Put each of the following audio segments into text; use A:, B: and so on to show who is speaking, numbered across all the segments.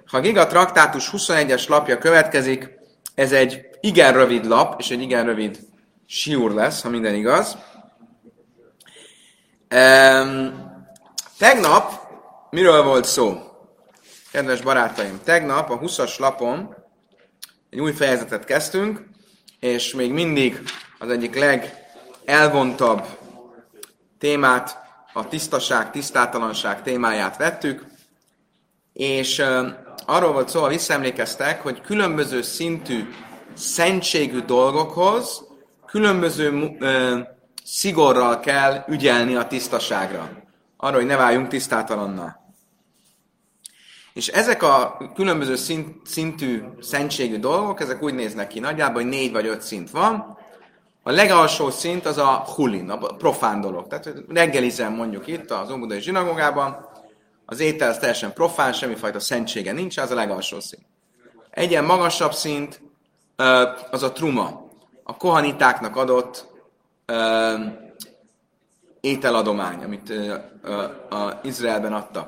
A: Ha Giga Traktátus 21-es lapja következik, ez egy igen rövid lap, és egy igen rövid siúr lesz, ha minden igaz. Tegnap miről volt szó? Kedves barátaim, tegnap a 20-as lapon egy új fejezetet kezdtünk, és még mindig az egyik legelvontabb témát, a tisztaság, tisztátalanság témáját vettük, és arról volt szó, ha visszaemlékeztek, hogy különböző szintű szentségű dolgokhoz különböző szigorral kell ügyelni a tisztaságra. Arra, hogy ne váljunk tisztátalanná. És ezek a különböző szintű szentségű dolgok, ezek úgy néznek ki nagyjából, hogy 4 vagy 5 szint van. A legalsó szint az a hulin, a profán dolog. Tehát reggelizem mondjuk itt az óbudai zsinagógában, az étel az teljesen profán, semmifajta szentsége nincs, az a legalsó szint. Egy ilyen magasabb szint az a truma, a kohanitáknak adott ételadomány, amit Izraelben adtak.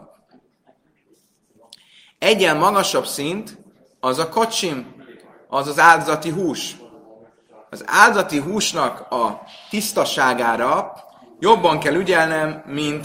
A: Egy ilyen magasabb szint az a kocsim, az az áldozati hús. Az áldozati húsnak a tisztaságára jobban kell ügyelnem, mint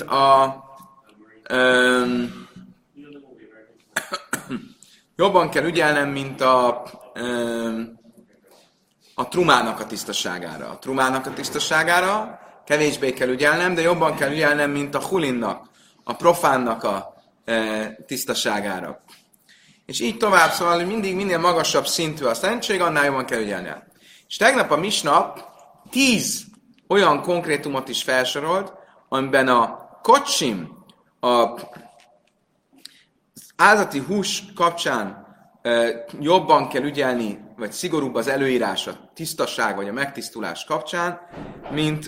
A: a trumának a tisztaságára. A trumának a tisztaságára kevésbé kell ügyelnem, de jobban kell ügyelnem, mint a hulinnak, a profánnak a tisztaságára. És így tovább, szóval, hogy mindig minél magasabb szintű a szentség, annál jobban kell ügyelni. És tegnap a misna 10 olyan konkrétumot is felsorolt, amiben a kocsim, az áldozati hús kapcsán jobban kell ügyelni, vagy szigorúbb az előírás a tisztaság, vagy a megtisztulás kapcsán, mint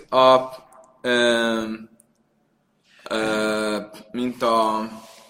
A: a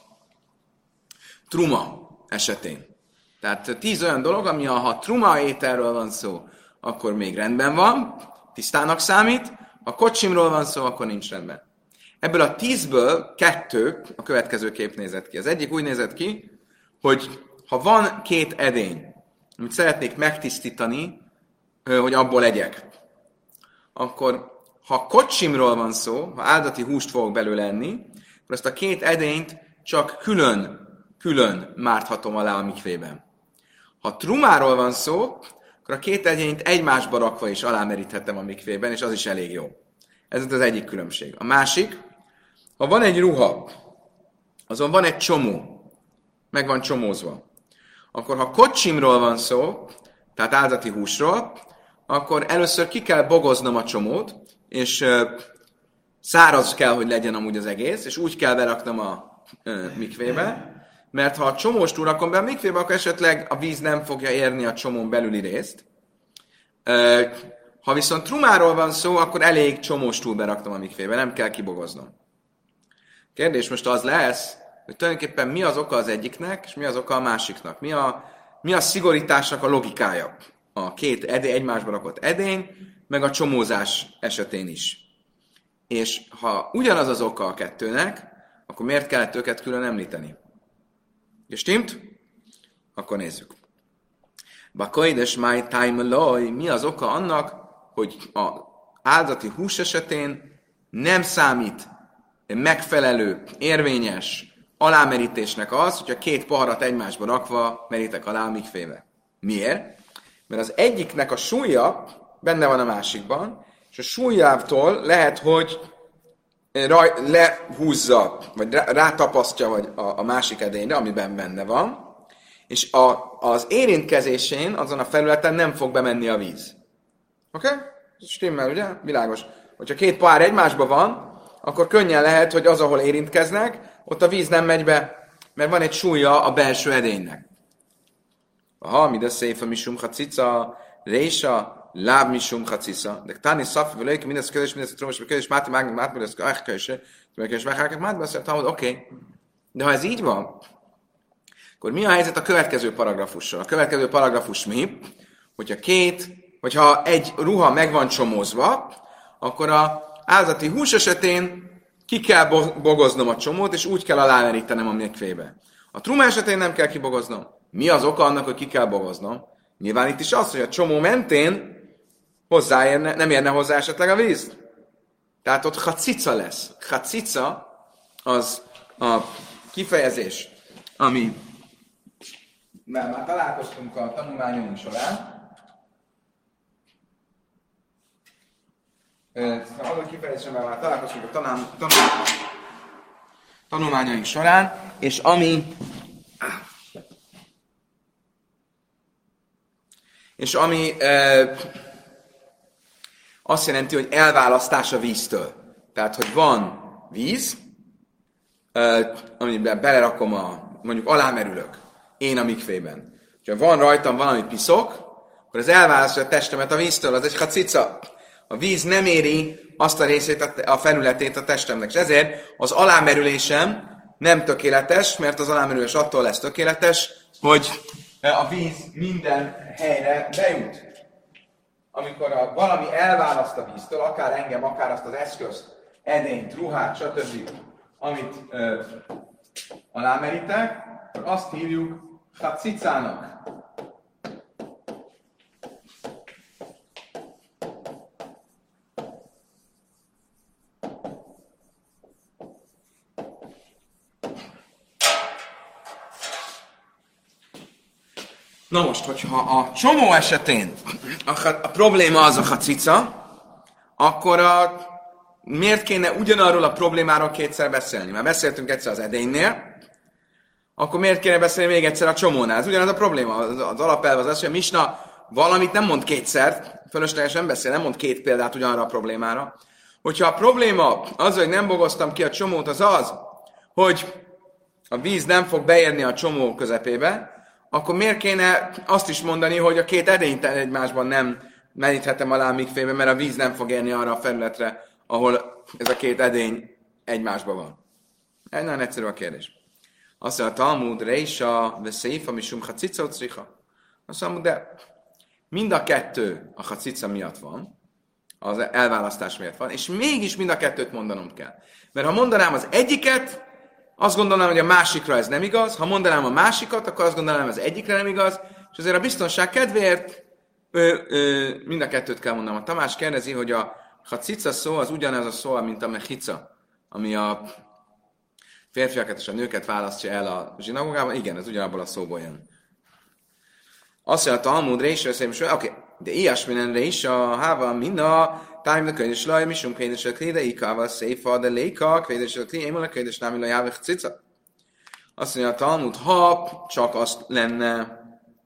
A: truma esetén. Tehát 10 olyan dolog, ami ha truma ételről van szó, akkor még rendben van, tisztának számít, ha kocsimról van szó, akkor nincs rendben. Ebből a 10-ből 2 a következő kép nézett ki. Az egyik úgy nézett ki, hogy ha van 2 edény, amit szeretnék megtisztítani, hogy abból legyek, akkor ha kocsimról van szó, ha áldati húst fogok belőle enni, akkor ezt a 2 edényt csak külön márthatom alá a mikvében. Ha trumáról van szó, akkor a 2 edényt egymásba rakva is alámeríthetem a mikvében, és az is elég jó. Ez az egyik különbség. A másik, ha van egy ruha, azon van egy csomó, meg van csomózva, akkor ha kocsimról van szó, tehát áldati húsról, akkor először ki kell bogoznom a csomót, és száraz kell, hogy legyen amúgy az egész, és úgy kell beraknom a mikvébe, mert ha a csomóstól rakom be a mikvébe, akkor esetleg a víz nem fogja érni a csomón belüli részt. Ha viszont trumáról van szó, akkor elég csomóstól beraknom a mikvébe, nem kell kibogoznom. Kérdés most az lesz, hogy tulajdonképpen mi az oka az egyiknek, és mi az oka a másiknak. Mi a szigorításnak a logikája? A 2 egymásba rakott edény, meg a csomózás esetén is. És ha ugyanaz az oka a 2-nek, akkor miért kellett őket külön említeni? És stimmt? Akkor nézzük. Bakoides my time alloy. Mi az oka annak, hogy a áldozati hús esetén nem számít megfelelő, érvényes alámerítésnek az, hogyha 2 poharat egymásba rakva merítek alá a mikvébe. Miért? Mert az egyiknek a súlya benne van a másikban, és a súlyától lehet, hogy lehúzza, vagy rátapasztja vagy a másik edényre, amiben benne van, és az érintkezésén, azon a felületen nem fog bemenni a víz. Oké? Okay? Stimmel, ugye? Világos. Hogyha 2 pohár egymásban van, akkor könnyen lehet, hogy az, ahol érintkeznek, ott a víz nem megy be, mert van egy súlya a belső edénynek. Aha, mi de széfa misum hacica, résa, láb misum hacica. De táni szaffi, vagy mindez közös, mindez tromos, közös, máti, mindez oké. De ha ez így van, akkor mi a helyzet a következő paragrafussal? A következő paragrafus mi? Hogyha egy ruha meg van csomózva, akkor a áldozati hús esetén ki kell bogoznom a csomót, és úgy kell alámerítenem a mikvébe. A truma esetén nem kell kibogoznom. Mi az oka annak, hogy ki kell bogoznom? Nyilván itt is az, hogy a csomó mentén nem érne hozzá esetleg a víz. Tehát ott hacica lesz. Hacica az a kifejezés, ami már találkoztunk a tanulmányunk során. Az a kifejezés, amivel már találkoztunk a tanulmányaink során, és ami azt jelenti, hogy elválasztás a víztől. Tehát, hogy van víz, amiben belerakom mondjuk alámerülök, én a mikvében. Ha van rajtam valami piszok, akkor az elválasztja a testemet a víztől, az egy hacica. A víz nem éri azt a részét, a felületét a testemnek. És ezért az alámerülésem nem tökéletes, mert az alámerülés attól lesz tökéletes, hogy a víz minden helyre bejut. Amikor valami elválaszt a víztől, akár engem, akár azt az eszközt, edényt, ruhát, stb., amit alámerítek, akkor azt hívjuk hacicának. Na most, hogyha a csomó esetén a probléma az a hacica, akkor miért kéne ugyanarról a problémáról kétszer beszélni? Már beszéltünk egyszer az edénynél, akkor miért kéne beszélni még egyszer a csomónál? Ez ugyanaz a probléma. Az alapelv az, hogy a misna valamit nem mond kétszer, fölöslegesen beszél, nem mond két példát ugyanarra a problémára. Hogyha a probléma az, hogy nem bogoztam ki a csomót, az, hogy a víz nem fog beérni a csomó közepébe, akkor miért kéne azt is mondani, hogy a két edényt egymásban nem meríthetem alá a mikvébe, mert a víz nem fog érni arra a felületre, ahol ez a két edény egymásban van. Ez nagyon egyszerű a kérdés. Azt mondja, a Talmud, Reisa, Veszéifa, Misum, Hacica, Ucricha. Azt mondja, de mind a kettő a hacica miatt van, az elválasztás miatt van, és mégis mind a kettőt mondanom kell. Mert ha mondanám az egyiket, azt gondolnám, hogy a másikra ez nem igaz, ha mondanám a másikat, akkor azt gondolnám, hogy az egyikre nem igaz, és azért a biztonság kedvéért mind a kettőt kell mondanom. A Tamás kérdezi, hogy a hacica szó az ugyanaz a szó, mint a mechica, ami a férfiakat és a nőket választja el a zsinagógában. Igen, ez ugyanabból a szóból jön. Azt mondja, a Talmud Reisa, oké, de ilyesminen Reisa, háva, minna, tájm, de könyves laj, misum, könyves a kli, de ikával, széfa, de léka, könyves a kli, émel, könyves námi laj, jávek, cica. Azt mondja, a Talmud, ha csak azt lenne,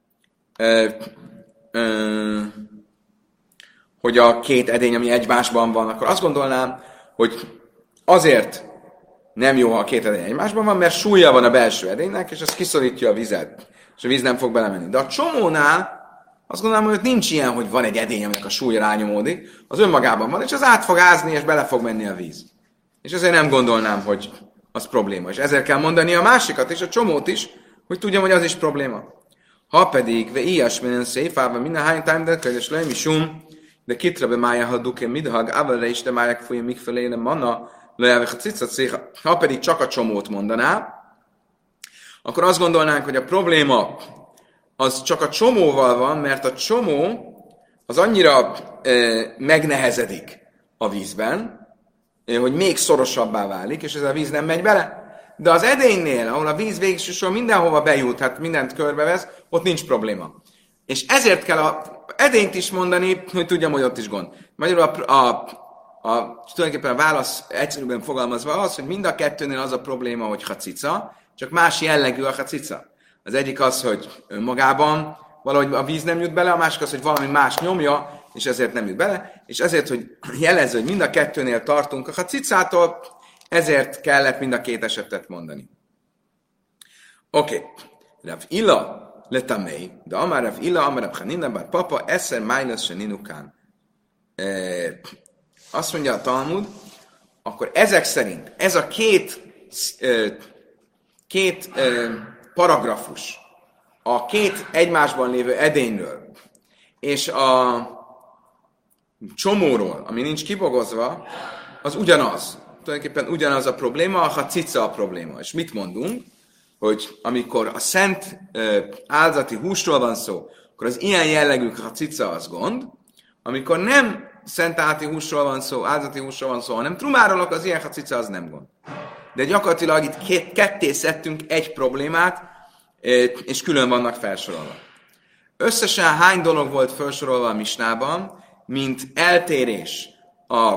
A: hogy a két edény, ami egymásban van, akkor azt gondolnám, hogy azért nem jó, ha a két edény egymásban van, mert súlya van a belső edénynek, és az kiszorítja a vizet, és a víz nem fog belemenni. De a csomónál azt gondolom, hogy nincs ilyen, hogy van egy edény, aminek a súlya rányomódik, az önmagában van, és az át fog ázni, és bele fog menni a víz. És ezért nem gondolnám, hogy az probléma. És ezért kell mondani a másikat, és a csomót is, hogy tudjam, hogy az is probléma. Ha pedig, ve ilyesminen széfában, minden hány time, de és lemisum, de kitrabe mája haduke midhag, avalre is de máják fújja mikfeléle manna, lejávé a cicat széha. Ha pedig csak a csomót mondaná, akkor azt gondolnánk, hogy a probléma az csak a csomóval van, mert a csomó az annyira megnehezedik a vízben, hogy még szorosabbá válik, és ez a víz nem megy bele. De az edénynél, ahol a víz végsősorban mindenhova bejut, hát mindent körbevesz, ott nincs probléma. És ezért kell a edényt is mondani, hogy tudjam, hogy ott is gond. Magyarul tulajdonképpen a válasz egyszerűbben fogalmazva az, hogy mind a kettőnél az a probléma, hogy hacica, csak más jellegű a hacica. Az egyik az, hogy önmagában valahogy a víz nem jut bele, a másik az, hogy valami más nyomja, és ezért nem jut bele, és ezért, hogy jelező, hogy mind a kettőnél tartunk a hacicától, ezért kellett mind a két esetet mondani. Oké. Rav Illa letamei, de amár Rav Illa, amár Rav Hanina, bár papa, eszer májlasz se ninukán. Azt mondja a Talmud, akkor ezek szerint ez a két paragrafus a két egymásban lévő edényről és a csomóról, ami nincs kibogozva, az ugyanaz. Tulajdonképpen ugyanaz a probléma, ha cica a probléma. És mit mondunk? hogy amikor a szent áldozati húsról van szó, akkor az ilyen jellegű hacica az gond, amikor nem szent áldozati húsról van szó, hanem trumáról, akkor az ilyen hacica az nem gond. De gyakorlatilag itt ketté szedtünk egy problémát, és külön vannak felsorolva. Összesen hány dolog volt felsorolva a misnában, mint eltérés a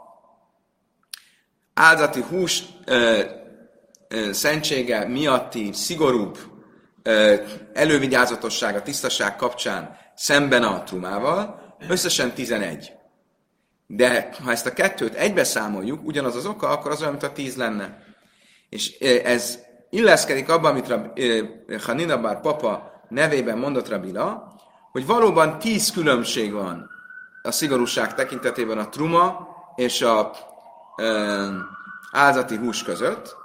A: áldozati hús szentsége miatti szigorúbb elővigyázatosság a tisztaság kapcsán szemben a trumával, összesen 11. De ha ezt a kettőt egybe számoljuk, ugyanaz az oka, akkor az olyan, mint a 10 lenne. És ez illeszkedik abban, amit Hanina bár papa nevében mondott Rabila, hogy valóban 10 különbség van a szigorúság tekintetében a truma és a áldozati hús között,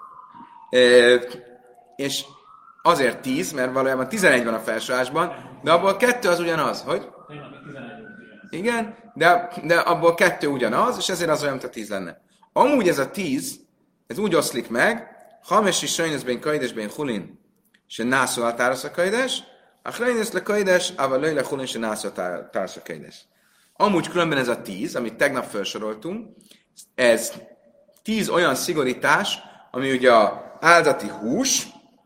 A: és azért 10, mert valójában 11 van a felsorolásban, de abból 2 az ugyanaz, hogy? Igen, de abból 2 ugyanaz, és ezért az olyan, mint a 10 lenne. Amúgy ez a 10, ez úgy oszlik meg, Hames is sajnözben kaidesben hulin, se nászol a tárasza kaides, a hrajnesz le kaides, ával löjle hulin, se nászol a tárasza kaides. Amúgy különben ez a 10, amit tegnap felsoroltunk, ez 10 olyan szigorítás, ami ugye a áldozati hús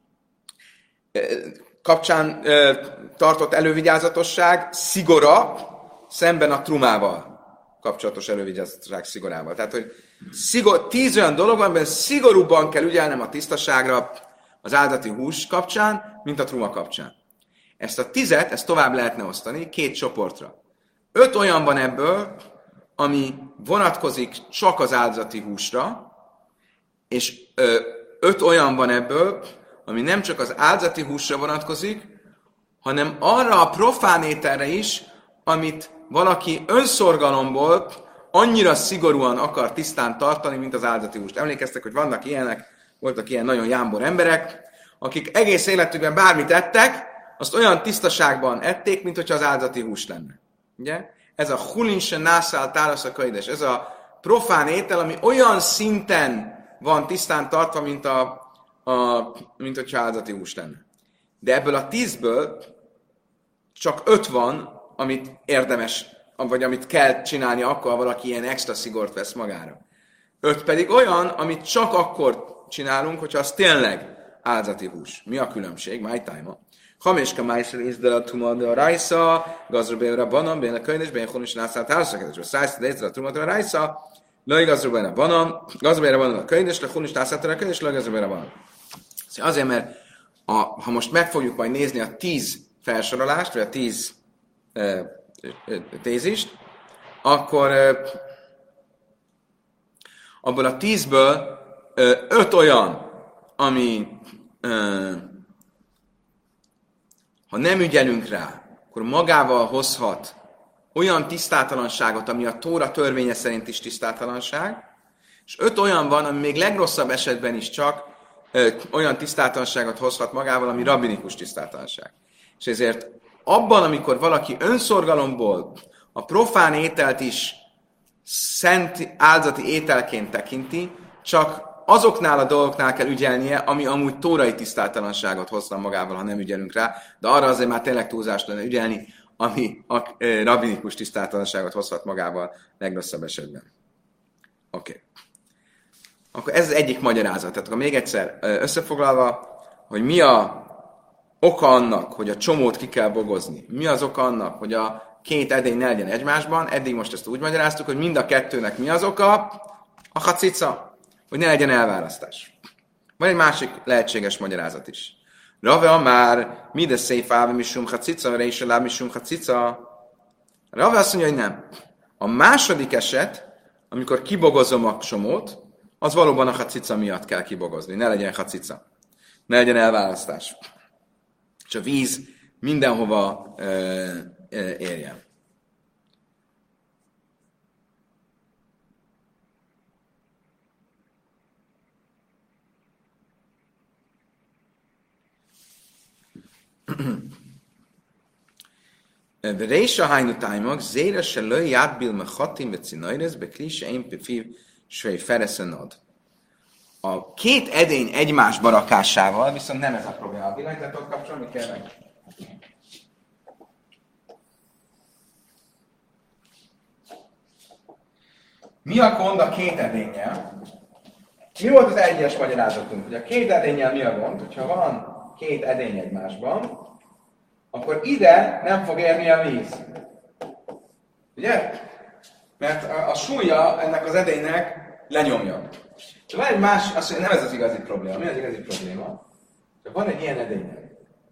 A: kapcsán tartott elővigyázatosság szigora szemben a trumával kapcsolatos elővigyázatosság szigorával. Tehát, hogy 10 olyan dolog van, amiben szigorúbban kell ügyelnem a tisztaságra az áldozati hús kapcsán, mint a truma kapcsán. Ezt a 10-et, ezt tovább lehetne osztani 2 csoportra. 5 olyan van ebből, ami vonatkozik csak az áldozati húsra, és 5 olyan van ebből, ami nem csak az áldozati húsra vonatkozik, hanem arra a profán ételre is, amit valaki önszorgalomból annyira szigorúan akar tisztán tartani, mint az áldozati húst. Emlékeztek, hogy voltak ilyen nagyon jámbor emberek, akik egész életükben bármit ettek, azt olyan tisztaságban ették, mint hogyha az áldozati hús lenne. Ugye? Ez a hulinsen nászál tárasza kaides, ez a profán étel, ami olyan szinten van tisztán tartva, mint hogyha áldozati hús lenne. De ebből a 10-ből csak 5 van, amit érdemes, vagy amit kell csinálni akkor, ha valaki ilyen extra szigort vesz magára. 5 pedig olyan, amit csak akkor csinálunk, hogyha az tényleg áldozati hús. Mi a különbség? Májtájma. Haméska májszer észre a tuma de a rajsza, gazra bejön a banan, bejön a könyves, bejön honis nászál társakedésre. Szájsz de észre a tuma de a rajsza, lőj gazra bejön a banan, gazra bejön a banan a könyves, le honis nászál társakedésre, lőj gazra bejön a banan. Azért, mert ha most meg fogjuk majd nézni a 10 felsorolást, vagy a 10 tézist, akkor abból a 10-ből 5 olyan, ami ha nem ügyelünk rá, akkor magával hozhat olyan tisztátalanságot, ami a Tóra törvénye szerint is tisztátalanság, és 5 olyan van, ami még legrosszabb esetben is csak olyan tisztátalanságot hozhat magával, ami rabbinikus tisztátalanság. És ezért abban, amikor valaki önszorgalomból a profán ételt is szent áldozati ételként tekinti, csak azoknál a dolgoknál kell ügyelnie, ami amúgy tórai tisztátalanságot hozna magával, ha nem ügyelünk rá, de arra azért már tényleg túlzás lenne ügyelni, ami a rabbinikus tisztátalanságot hozhat magával legrosszabb esetben. Oké. Akkor ez az egyik magyarázat. Tehát akkor még egyszer összefoglalva, hogy mi a oka annak, hogy a csomót ki kell bogozni. Mi az oka annak, hogy a 2 edény ne legyen egymásban? Eddig most ezt úgy magyaráztuk, hogy mind a 2-nek mi az oka? A hacica, hogy ne legyen elválasztás. Van egy másik lehetséges magyarázat is. Rave már mide széfáve misum hacica, reisel misum hacica. Rave azt mondja, hogy nem. A második eset, amikor kibogozom a csomót, az valóban a hacica miatt kell kibogozni. Ne legyen hacica. Ne legyen elválasztás. És a víz mindenhova érjen. Berésa hajnu tájmag, zére se löj játbil me hatim be cinajrez, be klise én pefiv svej fereszen ad. A két edény egymásba rakásával viszont nem ez a probléma. A villanyzatot kapcsolni kell meg. Mi a gond a két edénnyel? Mi volt az egyes magyarázatunk? Hogy a két edénnyel mi a gond? Hogyha van két edény egymásban, akkor ide nem fog érni a víz. Ugye? Mert a súlya ennek az edénynek lenyomja. De van egy más, azt mondja, nem ez az igazi probléma. Mi az igazi probléma? De van egy ilyen edénynek.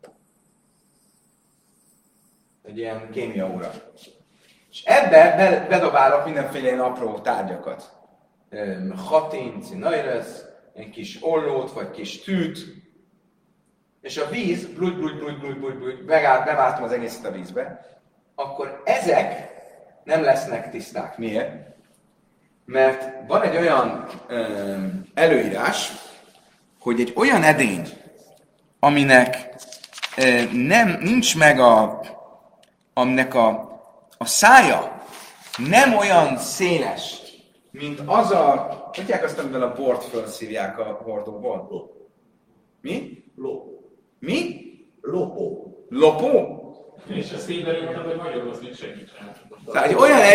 A: Egy ilyen kémiaóra. És ebbe bedobálok mindenféle ilyen apró tárgyakat. Hatin, cinajresz, egy kis ollót, vagy kis tűt. És a víz, beváltom az egészet a vízbe, akkor ezek nem lesznek tiszták. Miért? Mert van egy olyan előírás, hogy egy olyan edény, aminek nincs meg aminek a szája nem olyan széles, mint az hogy azt, amivel a bort felszívják a hordóból? Mi? Mi?
B: Lopó.
A: Lopó?
C: És ezt így mondom, hogy magyarozni segít.
A: Tehát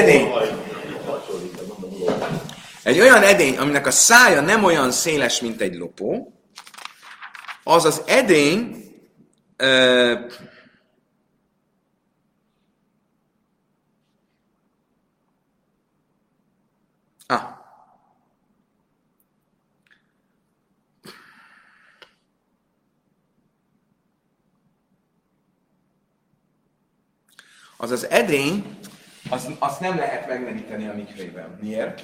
A: egy olyan edény, aminek a szája nem olyan széles, mint egy lopó, az az edény az az edény, azt nem lehet megmeríteni a mikvében. Miért?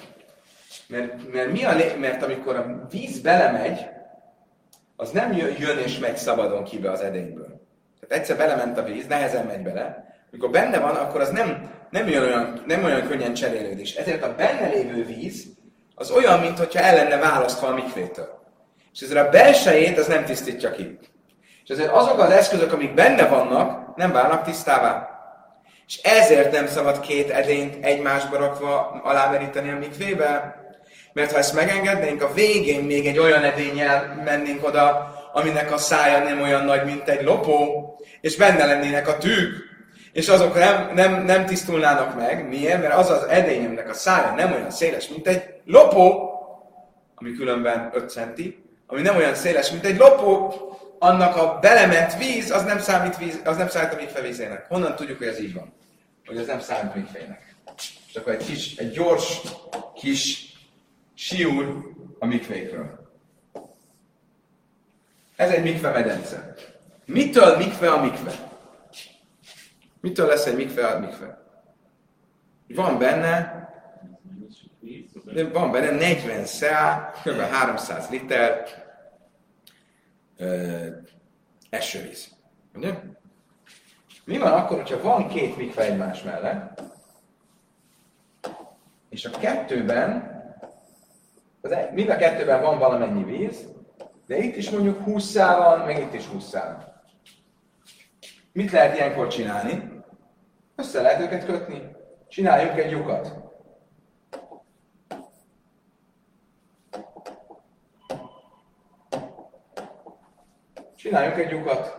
A: Mert amikor a víz belemegy, az nem jön és megy szabadon ki be az edényből. Tehát egyszer belement a víz, nehezen megy bele. Amikor benne van, akkor az nem olyan könnyen cserélődik. Ezért a benne lévő víz az olyan, mintha el lenne választva a mikvétől. És ezért a belsejét az nem tisztítja ki. És ezért azok az eszközök, amik benne vannak, nem válnak tisztává. És ezért nem szabad két edényt egymásba rakva alámeríteni a mikvébe. Mert ha ezt megengednénk, a végén még egy olyan edénnyel mennénk oda, aminek a szája nem olyan nagy, mint egy lopó, és benne lennének a tűk, és azok nem tisztulnának meg. Miért? Mert az az edény, aminek a szája nem olyan széles, mint egy lopó, ami különben 5 centi, ami nem olyan széles, mint egy lopó, annak a belement víz, az nem számít a mikve vízének. Honnan tudjuk, hogy ez így van? Hogy az nem számít mikvének. És akkor egy gyors kis siúr a mikvékről. Ez egy mikve medence. Mitől mikve a mikve? Mitől lesz egy mikve a mikve? Van benne 40 szá, kb. 300 liter esővíz. Ugye? Mi van akkor, hogyha van két mikve egymás mellett, és a kettőben, mind a kettőben van valamennyi víz, de itt is mondjuk 20 szál van, meg itt is 20 szál van. Mit lehet ilyenkor csinálni? Össze lehet őket kötni. Csináljunk egy lyukat. Csináljunk egy lyukat.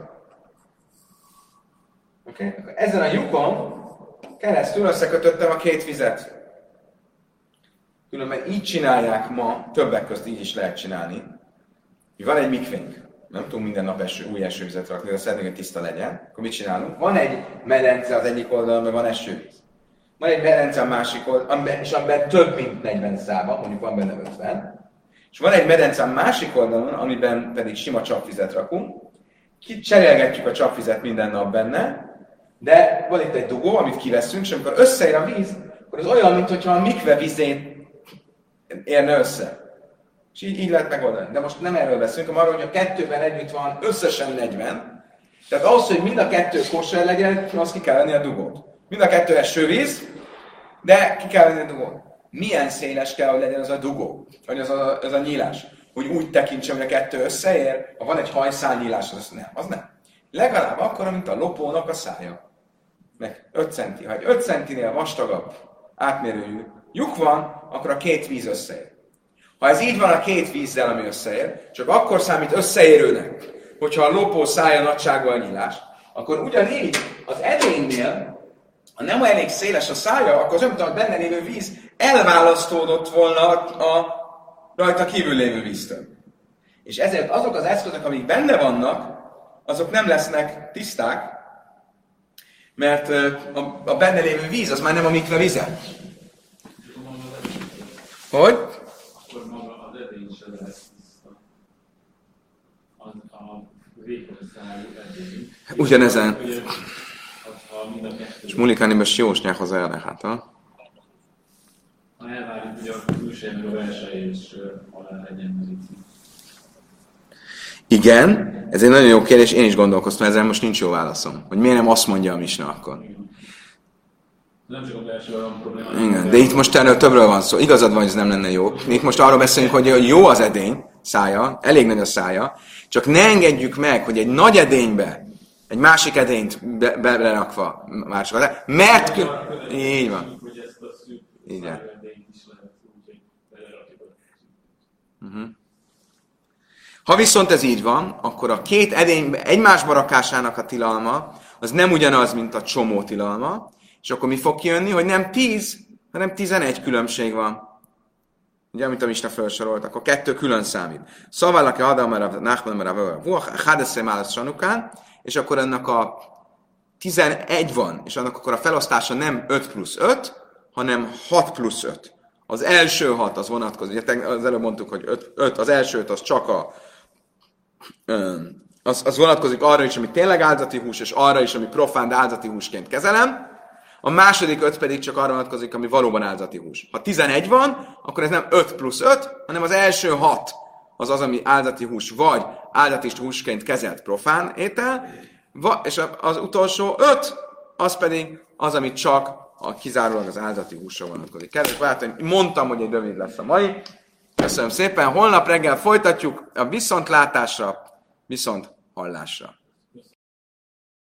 A: Okay? Ezen a lyukon keresztül összekötöttem a két vizet. Különben így csinálják ma, többek közt így is lehet csinálni, hogy van egy mikvénk. Nem tudunk minden nap új esővizet rakni, de szeretnénk, hogy tiszta legyen. Akkor mit csinálunk? Van egy medence az egyik oldalon, mert van esővíz. Van egy medence a másik oldalon, és amiben több mint 40 szál van, mondjuk van benne 50. És van egy medence a másik oldalon, amiben pedig sima csapvizet rakunk. Cserélgetjük a csapvizet minden nap benne, de van itt egy dugó, amit kiveszünk, és amikor összeér a víz, akkor az olyan, mintha a mikve vizét érne össze. És így lehet megoldani. De most nem erről beszélünk, hanem arról, hogy a kettőben együtt van összesen 40. Tehát ahhoz, hogy mind a kettő kosher legyen, az ki kell venni a dugót. Mind a kettő esővíz, de ki kell venni a dugót. Milyen széles kell, hogy legyen az a dugó? Vagy az a nyílás? Hogy úgy tekintsem, hogy a kettő összeér, ha van egy hajszál nyílás, az nem. Legalább akkor, mint a lopónak a szája. Meg 5 centi. Ha egy 5 centinél vastagabb átmérőjű lyuk van, akkor a két víz összeér. Ha ez így van a két vízzel, ami összeér, csak akkor számít összeérőnek, hogyha a lopó szája nagyságú a nyílás, akkor ugyanígy az edénynél, ha nem elég széles a szája, akkor az olyan, benne lévő víz elválasztódott volna a rajta kívül lévő víztől. És ezért azok az eszközök, amik benne vannak, azok nem lesznek tiszták, mert a benne lévő víz az már nem a mikve vize. Hogy?
C: Akkor maga az edény sem lesz tiszta. A vékony szájú edény.
A: Ugyanezen.
C: És
A: Mulikani most jó snyához elne, hát, ha?
C: Ha elvárjuk, hogy a külsejnek a belsejét is alá legyen merítve.
A: Igen, ez egy nagyon jó kérdés, én is gondolkoztam, ezzel most nincs jó válaszom. Hogy miért nem azt mondja a misna akkor.
C: Nem csak a belső van probléma.
A: Igen, de itt most erről többről van szó. Igazad van, hogy ez nem lenne jó. Itt most arról beszélünk, hogy jó az edény, szája, elég nagy a szája, csak ne engedjük meg, hogy egy nagy edénybe egy másik edényt berakva másokat, mert... Így van. Így van. Ha viszont ez így van, akkor a két edény egymásba rakásának a tilalma, az nem ugyanaz, mint a csomó tilalma, és akkor mi fog kijönni, hogy nem 10, hanem 11 különbség van. Ugye, amit a Misna felsorolt, akkor 2 külön számít. Szóval, aki Adam, Nachman, Hadeszem áll Sanukán, és akkor ennek a 11 van, és annak akkor a felosztása nem 5 plusz 5, hanem 6 plusz 5. Az első 6 az vonatkozik, ugye az előbb mondtuk, hogy 5, az első 5 az csak az vonatkozik arra is, ami tényleg áldozati hús, és arra is, ami profán, de áldozati húsként kezelem. A második 5 pedig csak arra vonatkozik, ami valóban áldozati hús. Ha 11 van, akkor ez nem 5 plusz 5, hanem az első 6 az az, ami áldozati hús, vagy áldozati húsként kezelt profán étel, és az utolsó 5, az pedig az, ami csak kizárólag az áldozati húsra vonatkozik. Kedves barátaim, mondtam, hogy egy rövid lesz a mai. Köszönöm szépen, holnap reggel folytatjuk a viszontlátásra, viszont hallásra.